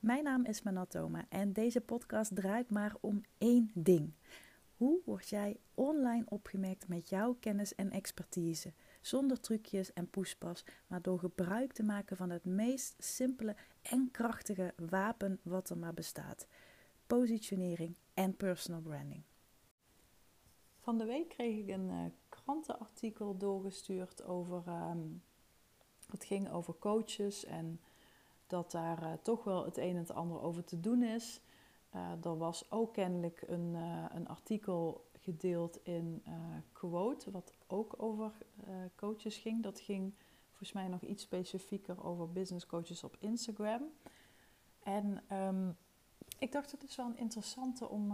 Mijn naam is Manatoma en deze podcast draait maar om één ding. Hoe word jij online opgemerkt met jouw kennis en expertise? Zonder trucjes en poespas, maar door gebruik te maken van het meest simpele en krachtige wapen wat er maar bestaat. Positionering en personal branding. Van de week kreeg ik een krantenartikel doorgestuurd over... het ging over coaches en dat daar toch wel het een en het ander over te doen is. Er was ook kennelijk een artikel gedeeld in Quote, wat ook over coaches ging. Dat ging volgens mij nog iets specifieker over business coaches op Instagram. En ik dacht, het is wel een interessante om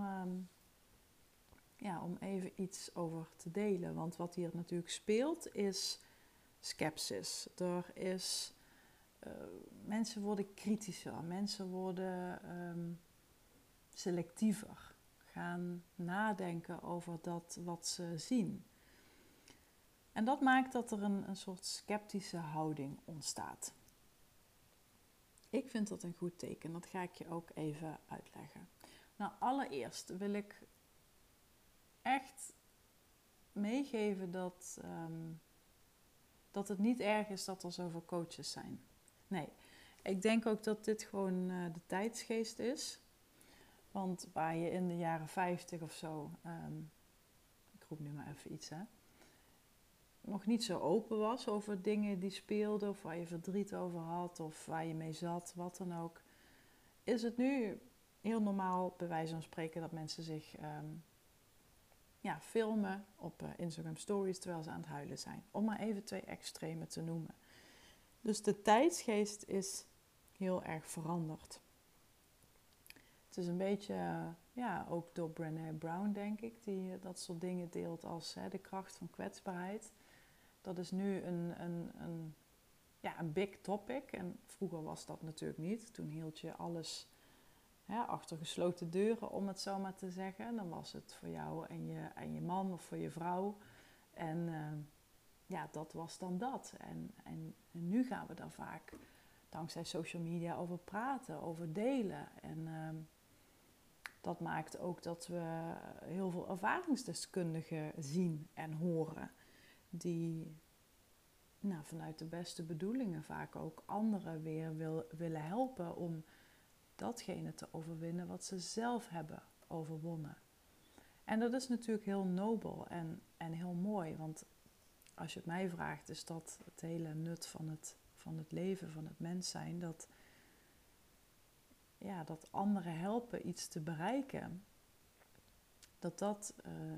even iets over te delen. Want wat hier natuurlijk speelt is skepsis. Mensen worden kritischer, mensen worden selectiever, gaan nadenken over dat wat ze zien. En dat maakt dat er een soort sceptische houding ontstaat. Ik vind dat een goed teken, dat ga ik je ook even uitleggen. Nou, allereerst wil ik echt meegeven dat het niet erg is dat er zoveel coaches zijn. Nee, ik denk ook dat dit gewoon de tijdsgeest is. Want waar je in de jaren 50 of zo, ik roep nu maar even iets, nog niet zo open was over dingen die speelden, of waar je verdriet over had, of waar je mee zat, wat dan ook, is het nu heel normaal, bij wijze van spreken, dat mensen zich filmen op Instagram Stories terwijl ze aan het huilen zijn. Om maar even 2 extremen te noemen. Dus de tijdsgeest is heel erg veranderd. Het is een beetje, ook door Brené Brown denk ik, die dat soort dingen deelt als de kracht van kwetsbaarheid. Dat is nu een big topic. En vroeger was dat natuurlijk niet. Toen hield je alles achter gesloten deuren, om het zo maar te zeggen. Dan was het voor jou en je man of voor je vrouw. En dat was dan dat. En nu gaan we daar vaak dankzij social media over praten, over delen. En dat maakt ook dat we heel veel ervaringsdeskundigen zien en horen. Die vanuit de beste bedoelingen vaak ook anderen weer willen helpen om datgene te overwinnen wat ze zelf hebben overwonnen. En dat is natuurlijk heel nobel en heel mooi. Want als je het mij vraagt, is dat het hele nut van het leven, van het mens zijn. Dat anderen helpen iets te bereiken. Dat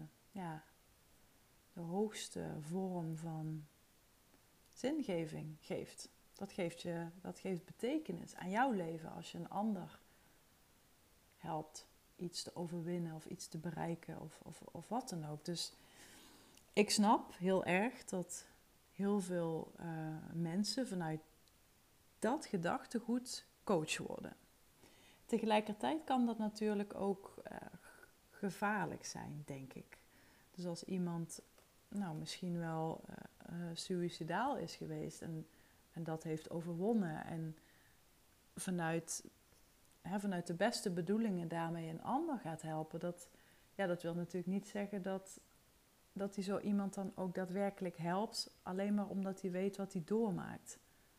de hoogste vorm van zingeving geeft. Dat geeft betekenis aan jouw leven als je een ander helpt iets te overwinnen of iets te bereiken of wat dan ook. Dus ik snap heel erg dat heel veel mensen vanuit dat gedachtegoed coach worden. Tegelijkertijd kan dat natuurlijk ook gevaarlijk zijn, denk ik. Dus als iemand misschien wel suïcidaal is geweest en dat heeft overwonnen en vanuit de beste bedoelingen daarmee een ander gaat helpen, dat wil natuurlijk niet zeggen dat hij zo iemand dan ook daadwerkelijk helpt, alleen maar omdat hij weet wat hij doormaakt.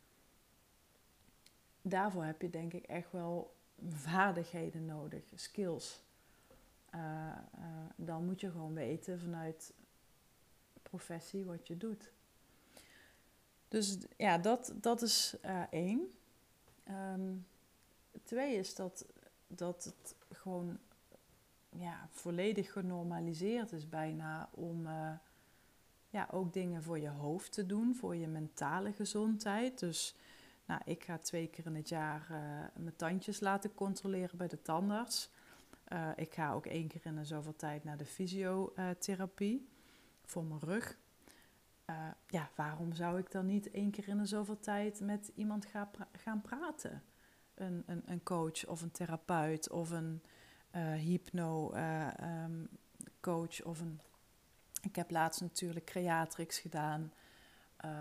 Daarvoor heb je denk ik echt wel vaardigheden nodig, skills. Dan moet je gewoon weten vanuit professie wat je doet. Dus ja, dat is 1. 2 is dat het gewoon volledig genormaliseerd is bijna om ook dingen voor je hoofd te doen, voor je mentale gezondheid. Dus ik ga 2 keer in het jaar mijn tandjes laten controleren bij de tandarts. Ik ga ook 1 keer in de zoveel tijd naar de fysiotherapie voor mijn rug. Waarom zou ik dan niet 1 keer in de zoveel tijd met iemand gaan praten? Een coach of een therapeut of een hypno-coach of ik heb laatst natuurlijk Creatrix gedaan.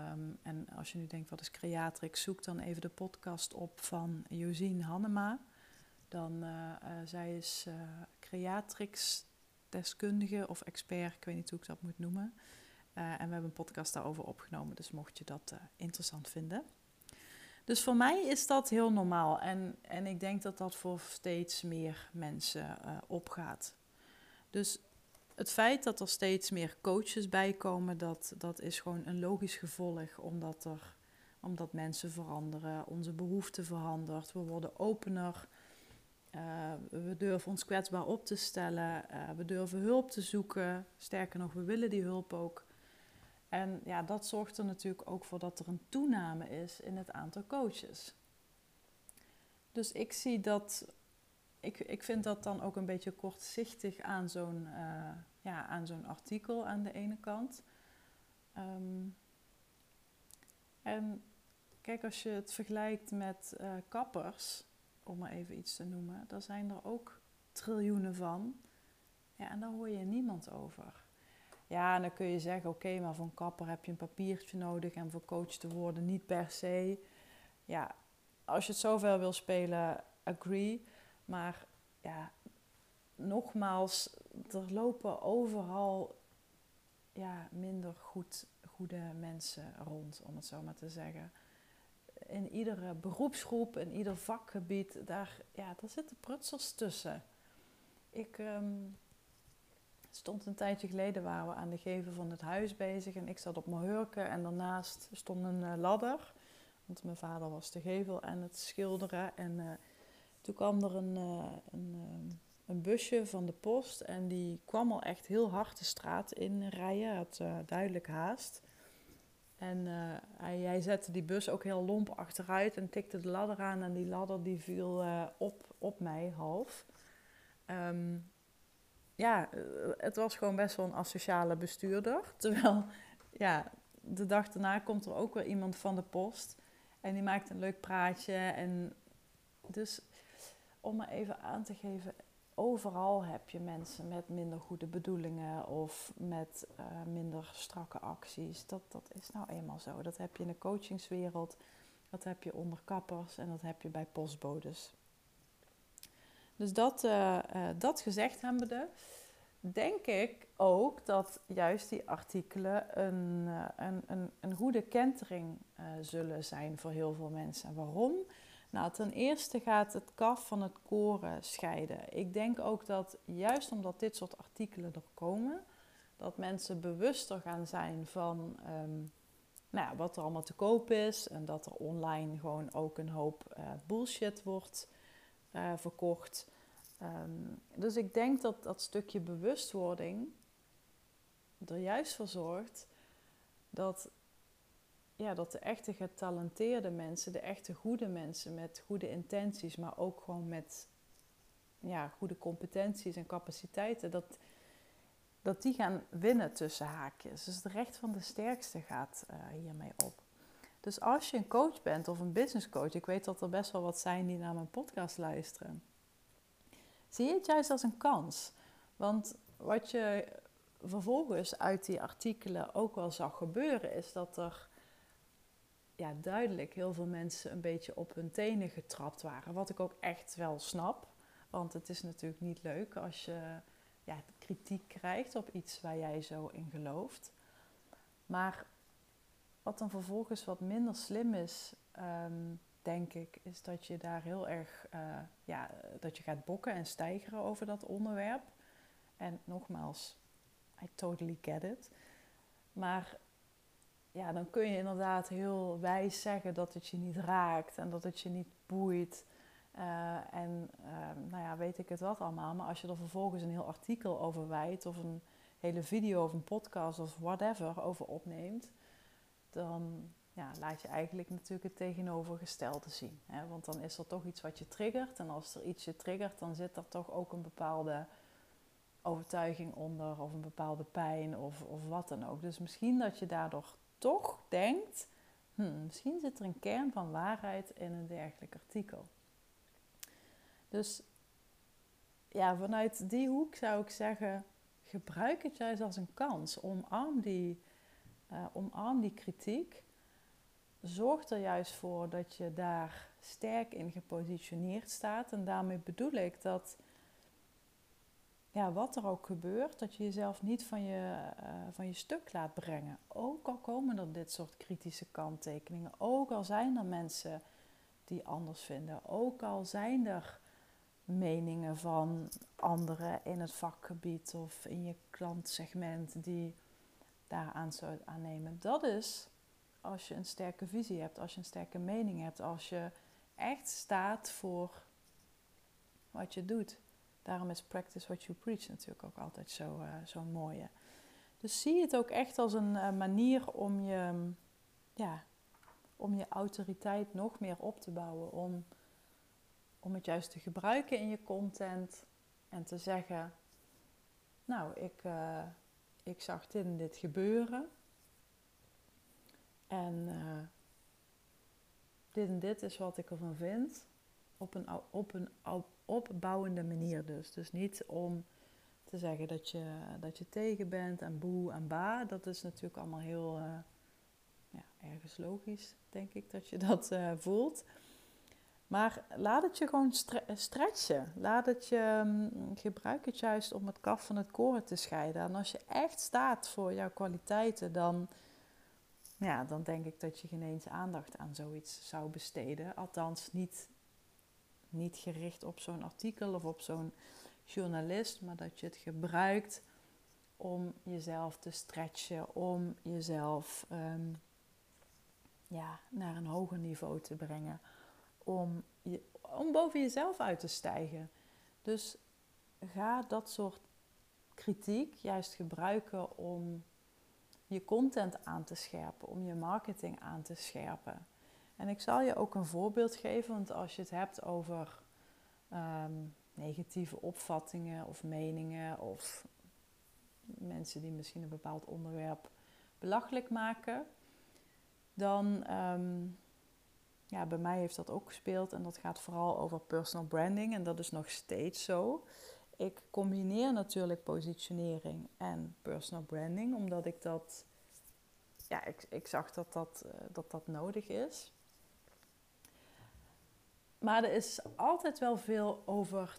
En als je nu denkt, wat is Creatrix? Zoek dan even de podcast op van Josine Hannema. Zij is creatrix-deskundige of expert, ik weet niet hoe ik dat moet noemen. En we hebben een podcast daarover opgenomen, dus mocht je dat interessant vinden. Dus voor mij is dat heel normaal en ik denk dat dat voor steeds meer mensen opgaat. Dus het feit dat er steeds meer coaches bij komen, dat is gewoon een logisch gevolg, omdat mensen veranderen, onze behoeften verandert, we worden opener, we durven ons kwetsbaar op te stellen, we durven hulp te zoeken, sterker nog, we willen die hulp ook. En ja, dat zorgt er natuurlijk ook voor dat er een toename is in het aantal coaches. Dus ik zie dat, ik vind dat dan ook een beetje kortzichtig aan zo'n artikel aan de ene kant. En kijk, als je het vergelijkt met kappers, om maar even iets te noemen, daar zijn er ook triljoenen van. Ja, en daar hoor je niemand over. Ja, en dan kun je zeggen, oké, maar voor een kapper heb je een papiertje nodig en voor coach te worden niet per se. Ja, als je het zover wil spelen, agree. Maar ja, nogmaals, er lopen overal minder goede mensen rond, om het zo maar te zeggen. In iedere beroepsgroep, in ieder vakgebied, daar zitten prutsers tussen. Ik stond een tijdje geleden, waren we aan de gevel van het huis bezig en ik zat op mijn hurken en daarnaast stond een ladder. Want mijn vader was de gevel aan het schilderen en toen kwam er een busje van de post en die kwam al echt heel hard de straat in rijden. Hij had duidelijk haast. En hij zette die bus ook heel lomp achteruit en tikte de ladder aan en die ladder die viel op mij half. Het was gewoon best wel een asociale bestuurder. Terwijl, de dag daarna komt er ook weer iemand van de post. En die maakt een leuk praatje. En dus, om maar even aan te geven, overal heb je mensen met minder goede bedoelingen of met minder strakke acties. Dat is nou eenmaal zo. Dat heb je in de coachingswereld, dat heb je onder kappers en dat heb je bij postbodes. Dus dat gezegd hebbende, denk ik ook dat juist die artikelen een goede kentering zullen zijn voor heel veel mensen. Waarom? Nou, ten eerste gaat het kaf van het koren scheiden. Ik denk ook dat juist omdat dit soort artikelen er komen, dat mensen bewuster gaan zijn van wat er allemaal te koop is. En dat er online gewoon ook een hoop bullshit wordt verkocht. Dus ik denk dat dat stukje bewustwording er juist voor zorgt dat de echte getalenteerde mensen, de echte goede mensen met goede intenties, maar ook gewoon met goede competenties en capaciteiten, dat die gaan winnen tussen haakjes. Dus de recht van de sterkste gaat hiermee op. Dus als je een coach bent of een business coach, ik weet dat er best wel wat zijn die naar mijn podcast luisteren, zie je het juist als een kans. Want wat je vervolgens uit die artikelen ook wel zag gebeuren, is dat er duidelijk heel veel mensen een beetje op hun tenen getrapt waren. Wat ik ook echt wel snap. Want het is natuurlijk niet leuk als je kritiek krijgt op iets waar jij zo in gelooft. Maar wat dan vervolgens wat minder slim is, denk ik, is dat je daar heel erg dat je gaat bokken en steigeren over dat onderwerp. En nogmaals, I totally get it. Maar dan kun je inderdaad heel wijs zeggen dat het je niet raakt en dat het je niet boeit. Weet ik het wat allemaal. Maar als je er vervolgens een heel artikel over wijdt of een hele video of een podcast of whatever over opneemt, dan laat je eigenlijk natuurlijk het tegenovergestelde zien. Hè? Want dan is er toch iets wat je triggert. En als er iets je triggert, dan zit er toch ook een bepaalde overtuiging onder of een bepaalde pijn of wat dan ook. Dus misschien dat je daardoor toch denkt, misschien zit er een kern van waarheid in een dergelijk artikel. Dus vanuit die hoek zou ik zeggen, gebruik het juist als een kans. Omarm die kritiek. zorg er juist voor dat je daar sterk in gepositioneerd staat. En daarmee bedoel ik dat, ja, wat er ook gebeurt, dat je jezelf niet van je stuk laat brengen. Ook al komen er dit soort kritische kanttekeningen. Ook al zijn er mensen die anders vinden. Ook al zijn er meningen van anderen in het vakgebied of in je klantsegment die daaraan aannemen. Dat is als je een sterke visie hebt, als je een sterke mening hebt, als je echt staat voor wat je doet. Daarom is practice what you preach natuurlijk ook altijd zo'n mooie. Dus zie het ook echt als een manier om je autoriteit nog meer op te bouwen. Om het juist te gebruiken in je content en te zeggen, nou, ik zag dit en dit gebeuren. En dit en dit is wat ik ervan vind. Op een opbouwende manier dus. Dus niet om te zeggen dat je tegen bent en boe en ba. Dat is natuurlijk allemaal heel ergens logisch, denk ik, dat je dat voelt. Maar laat het je gewoon stretchen. Gebruik het juist om het kaf van het koren te scheiden. En als je echt staat voor jouw kwaliteiten, dan denk ik dat je geen eens aandacht aan zoiets zou besteden. Althans, niet gericht op zo'n artikel of op zo'n journalist, maar dat je het gebruikt om jezelf te stretchen, om jezelf naar een hoger niveau te brengen, om boven jezelf uit te stijgen. Dus ga dat soort kritiek juist gebruiken om je content aan te scherpen, om je marketing aan te scherpen. En ik zal je ook een voorbeeld geven, want als je het hebt over negatieve opvattingen of meningen of mensen die misschien een bepaald onderwerp belachelijk maken, dan, bij mij heeft dat ook gespeeld en dat gaat vooral over personal branding en dat is nog steeds zo. Ik combineer natuurlijk positionering en personal branding, omdat ik dat, ik zag dat nodig is. Maar er is altijd wel veel over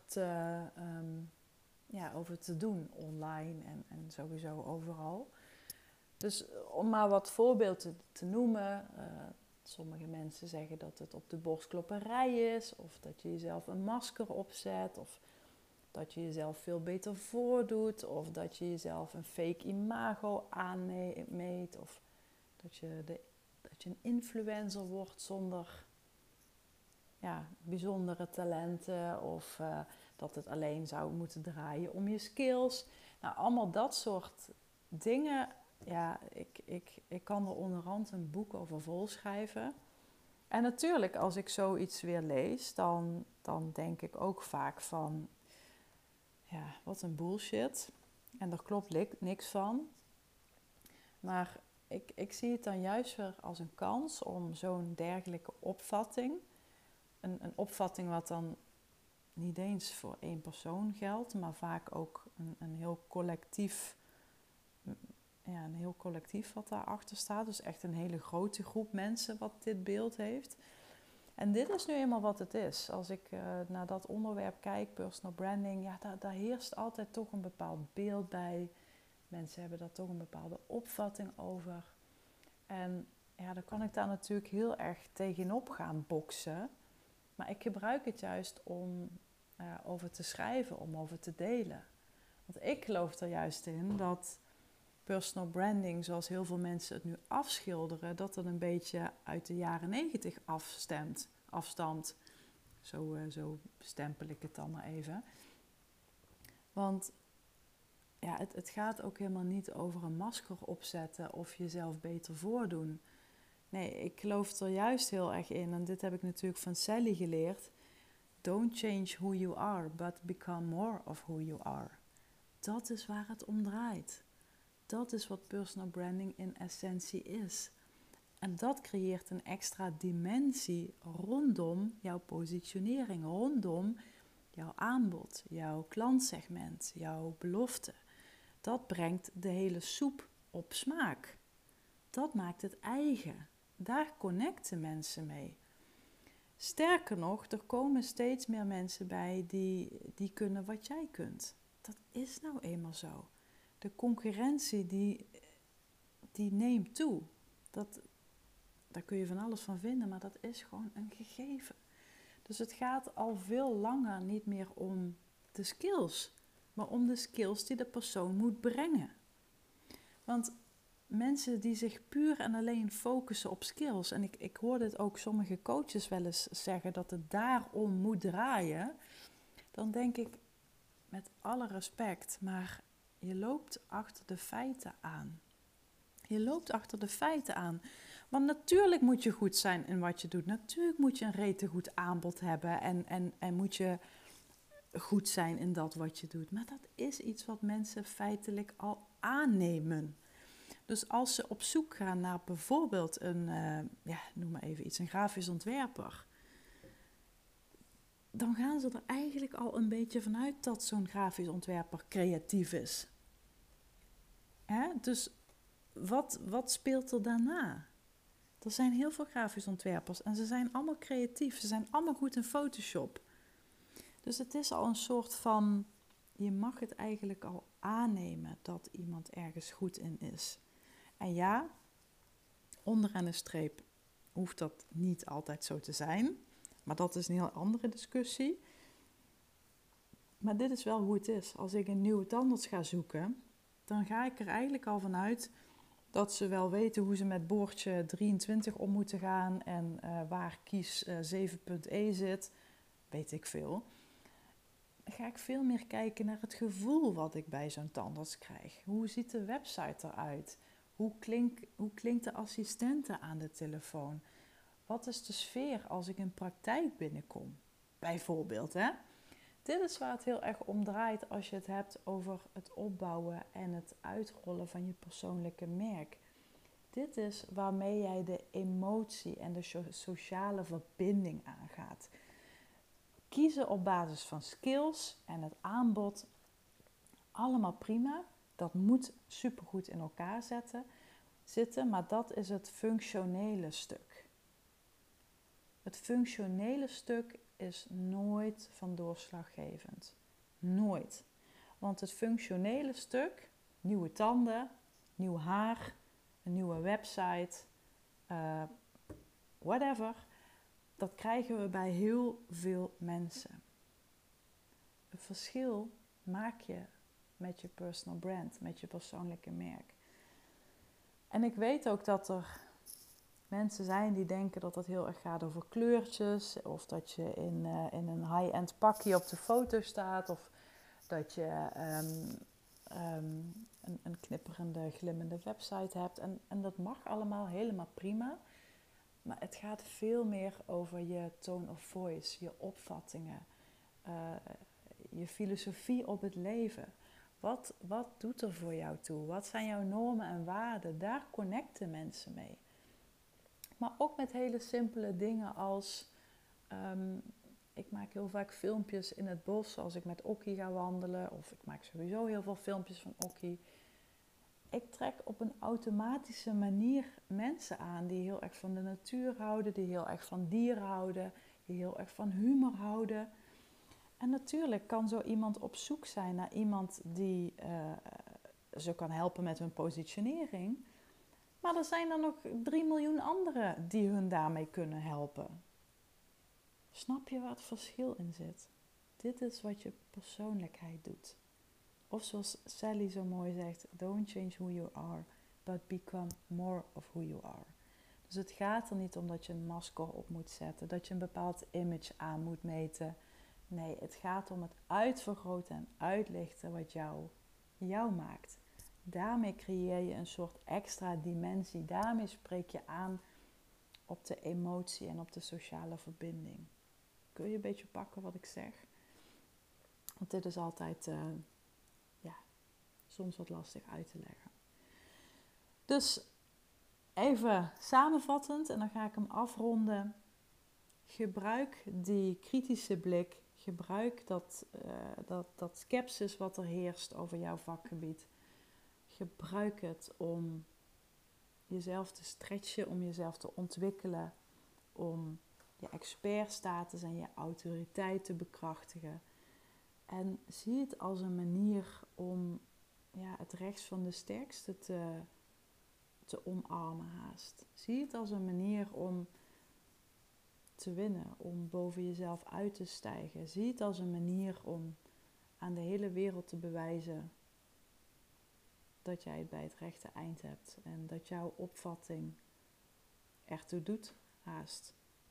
te doen online en sowieso overal. Dus om maar wat voorbeelden te noemen. Sommige mensen zeggen dat het op de borstklopperij is. Of dat je jezelf een masker opzet. Of dat je jezelf veel beter voordoet. Of dat je jezelf een fake imago aanmeet. Of dat je een influencer wordt zonder bijzondere talenten. Of dat het alleen zou moeten draaien om je skills. Nou, allemaal dat soort dingen. Ja, ik kan er onderhand een boek over volschrijven. En natuurlijk, als ik zoiets weer lees, dan denk ik ook vaak van, ja, wat een bullshit. En daar klopt niks van. Maar ik zie het dan juist weer als een kans om zo'n dergelijke opvatting, een opvatting wat dan niet eens voor één persoon geldt, maar vaak ook een heel collectief, wat daarachter staat. Dus echt een hele grote groep mensen wat dit beeld heeft. En dit is nu eenmaal wat het is. Als ik naar dat onderwerp kijk, personal branding, daar heerst altijd toch een bepaald beeld bij. Mensen hebben daar toch een bepaalde opvatting over. En dan kan ik daar natuurlijk heel erg tegenop gaan boksen. Maar ik gebruik het juist om over te schrijven, om over te delen. Want ik geloof er juist in dat personal branding, zoals heel veel mensen het nu afschilderen, dat het een beetje uit de jaren 90 afstamt. Zo stempel ik het dan maar even. Want het gaat ook helemaal niet over een masker opzetten of jezelf beter voordoen. Nee, ik geloof er juist heel erg in. En dit heb ik natuurlijk van Sally geleerd. Don't change who you are, but become more of who you are. Dat is waar het om draait. Dat is wat personal branding in essentie is. En dat creëert een extra dimensie rondom jouw positionering, rondom jouw aanbod, jouw klantsegment, jouw belofte. Dat brengt de hele soep op smaak. Dat maakt het eigen. daar connecten mensen mee. Sterker nog, er komen steeds meer mensen bij die kunnen wat jij kunt. Dat is nou eenmaal zo. De concurrentie die neemt toe. Daar kun je van alles van vinden, maar dat is gewoon een gegeven. Dus het gaat al veel langer niet meer om de skills, maar om de skills die de persoon moet brengen. Want mensen die zich puur en alleen focussen op skills, en ik hoor dit ook sommige coaches wel eens zeggen dat het daarom moet draaien, dan denk ik met alle respect, maar je loopt achter de feiten aan. Je loopt achter de feiten aan. Want natuurlijk moet je goed zijn in wat je doet. Natuurlijk moet je een rete goed aanbod hebben en moet je goed zijn in dat wat je doet. Maar dat is iets wat mensen feitelijk al aannemen. Dus als ze op zoek gaan naar bijvoorbeeld noem maar even iets, een grafisch ontwerper, dan gaan ze er eigenlijk al een beetje vanuit dat zo'n grafisch ontwerper creatief is. Dus wat speelt er daarna? Er zijn heel veel grafisch ontwerpers en ze zijn allemaal creatief. Ze zijn allemaal goed in Photoshop. Dus het is al een soort van, je mag het eigenlijk al aannemen dat iemand ergens goed in is. En ja, onderaan de streep hoeft dat niet altijd zo te zijn. Maar dat is een heel andere discussie. Maar dit is wel hoe het is. Als ik een nieuwe tandarts ga zoeken, dan ga ik er eigenlijk al vanuit dat ze wel weten hoe ze met boordje 23 om moeten gaan en waar kies 7.e zit, weet ik veel. Dan ga ik veel meer kijken naar het gevoel wat ik bij zo'n tandarts krijg. Hoe ziet de website eruit? Hoe klinkt de assistente aan de telefoon? Wat is de sfeer als ik in praktijk binnenkom? Bijvoorbeeld, hè? Dit is waar het heel erg om draait als je het hebt over het opbouwen en het uitrollen van je persoonlijke merk. Dit is waarmee jij de emotie en de sociale verbinding aangaat. Kiezen op basis van skills en het aanbod, allemaal prima. Dat moet supergoed in elkaar zitten, maar dat is het functionele stuk. Het functionele stuk is nooit van doorslaggevend. Nooit. Want het functionele stuk, nieuwe tanden, nieuw haar, een nieuwe website, whatever, dat krijgen we bij heel veel mensen. Het verschil maak je met je personal brand, met je persoonlijke merk. En ik weet ook dat er mensen zijn die denken dat het heel erg gaat over kleurtjes, of dat je in een high-end pakje op de foto staat, of dat je een knipperende, glimmende website hebt. En dat mag allemaal helemaal prima. Maar het gaat veel meer over je tone of voice, je opvattingen, je filosofie op het leven. Wat doet er voor jou toe? Wat zijn jouw normen en waarden? Daar connecten mensen mee. Maar ook met hele simpele dingen als, ik maak heel vaak filmpjes in het bos als ik met Okkie ga wandelen. Of ik maak sowieso heel veel filmpjes van Okkie. Ik trek op een automatische manier mensen aan die heel erg van de natuur houden. Die heel erg van dieren houden. Die heel erg van humor houden. En natuurlijk kan zo iemand op zoek zijn naar iemand die ze kan helpen met hun positionering. Maar er zijn er nog 3 miljoen anderen die hun daarmee kunnen helpen. Snap je waar het verschil in zit? Dit is wat je persoonlijkheid doet. Of zoals Sally zo mooi zegt, don't change who you are, but become more of who you are. Dus het gaat er niet om dat je een masker op moet zetten, dat je een bepaald image aan moet meten. Nee, het gaat om het uitvergroten en uitlichten wat jou maakt. Daarmee creëer je een soort extra dimensie. Daarmee spreek je aan op de emotie en op de sociale verbinding. Kun je een beetje pakken wat ik zeg? Want dit is altijd soms wat lastig uit te leggen. Dus even samenvattend en dan ga ik hem afronden. Gebruik die kritische blik. Gebruik dat scepsis wat er heerst over jouw vakgebied. Gebruik het om jezelf te stretchen, om jezelf te ontwikkelen, om je expertstatus en je autoriteit te bekrachtigen. En zie het als een manier om het rechts van de sterkste te omarmen haast. Zie het als een manier om te winnen, om boven jezelf uit te stijgen. Zie het als een manier om aan de hele wereld te bewijzen dat jij het bij het rechte eind hebt. En dat jouw opvatting ertoe doet haast.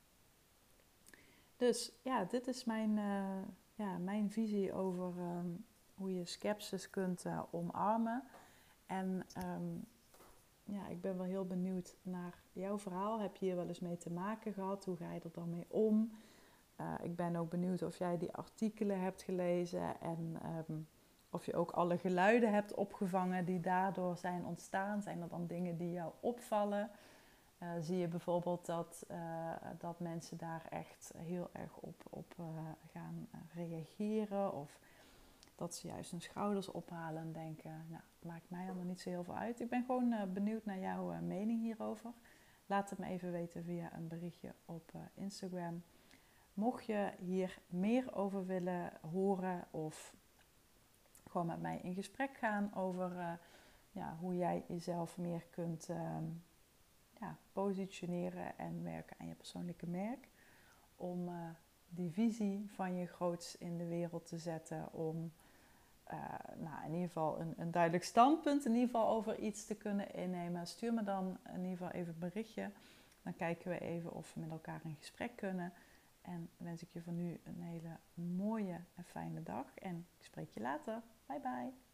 Dus ja, dit is mijn visie over hoe je sceptisch kunt omarmen. En ik ben wel heel benieuwd naar jouw verhaal. Heb je hier wel eens mee te maken gehad? Hoe ga je er dan mee om? Ik ben ook benieuwd of jij die artikelen hebt gelezen en of je ook alle geluiden hebt opgevangen die daardoor zijn ontstaan. Zijn er dan dingen die jou opvallen? Zie je bijvoorbeeld dat mensen daar echt heel erg op gaan reageren? Of dat ze juist hun schouders ophalen en denken, nou, maakt mij allemaal niet zo heel veel uit. Ik ben gewoon benieuwd naar jouw mening hierover. Laat het me even weten via een berichtje op Instagram. Mocht je hier meer over willen horen of gewoon met mij in gesprek gaan over hoe jij jezelf meer kunt positioneren en werken aan je persoonlijke merk. Om die visie van je groots in de wereld te zetten. Om in ieder geval een duidelijk standpunt in ieder geval over iets te kunnen innemen. Stuur me dan in ieder geval even een berichtje. Dan kijken we even of we met elkaar in gesprek kunnen. En wens ik je voor nu een hele mooie en fijne dag. En ik spreek je later. Bye bye.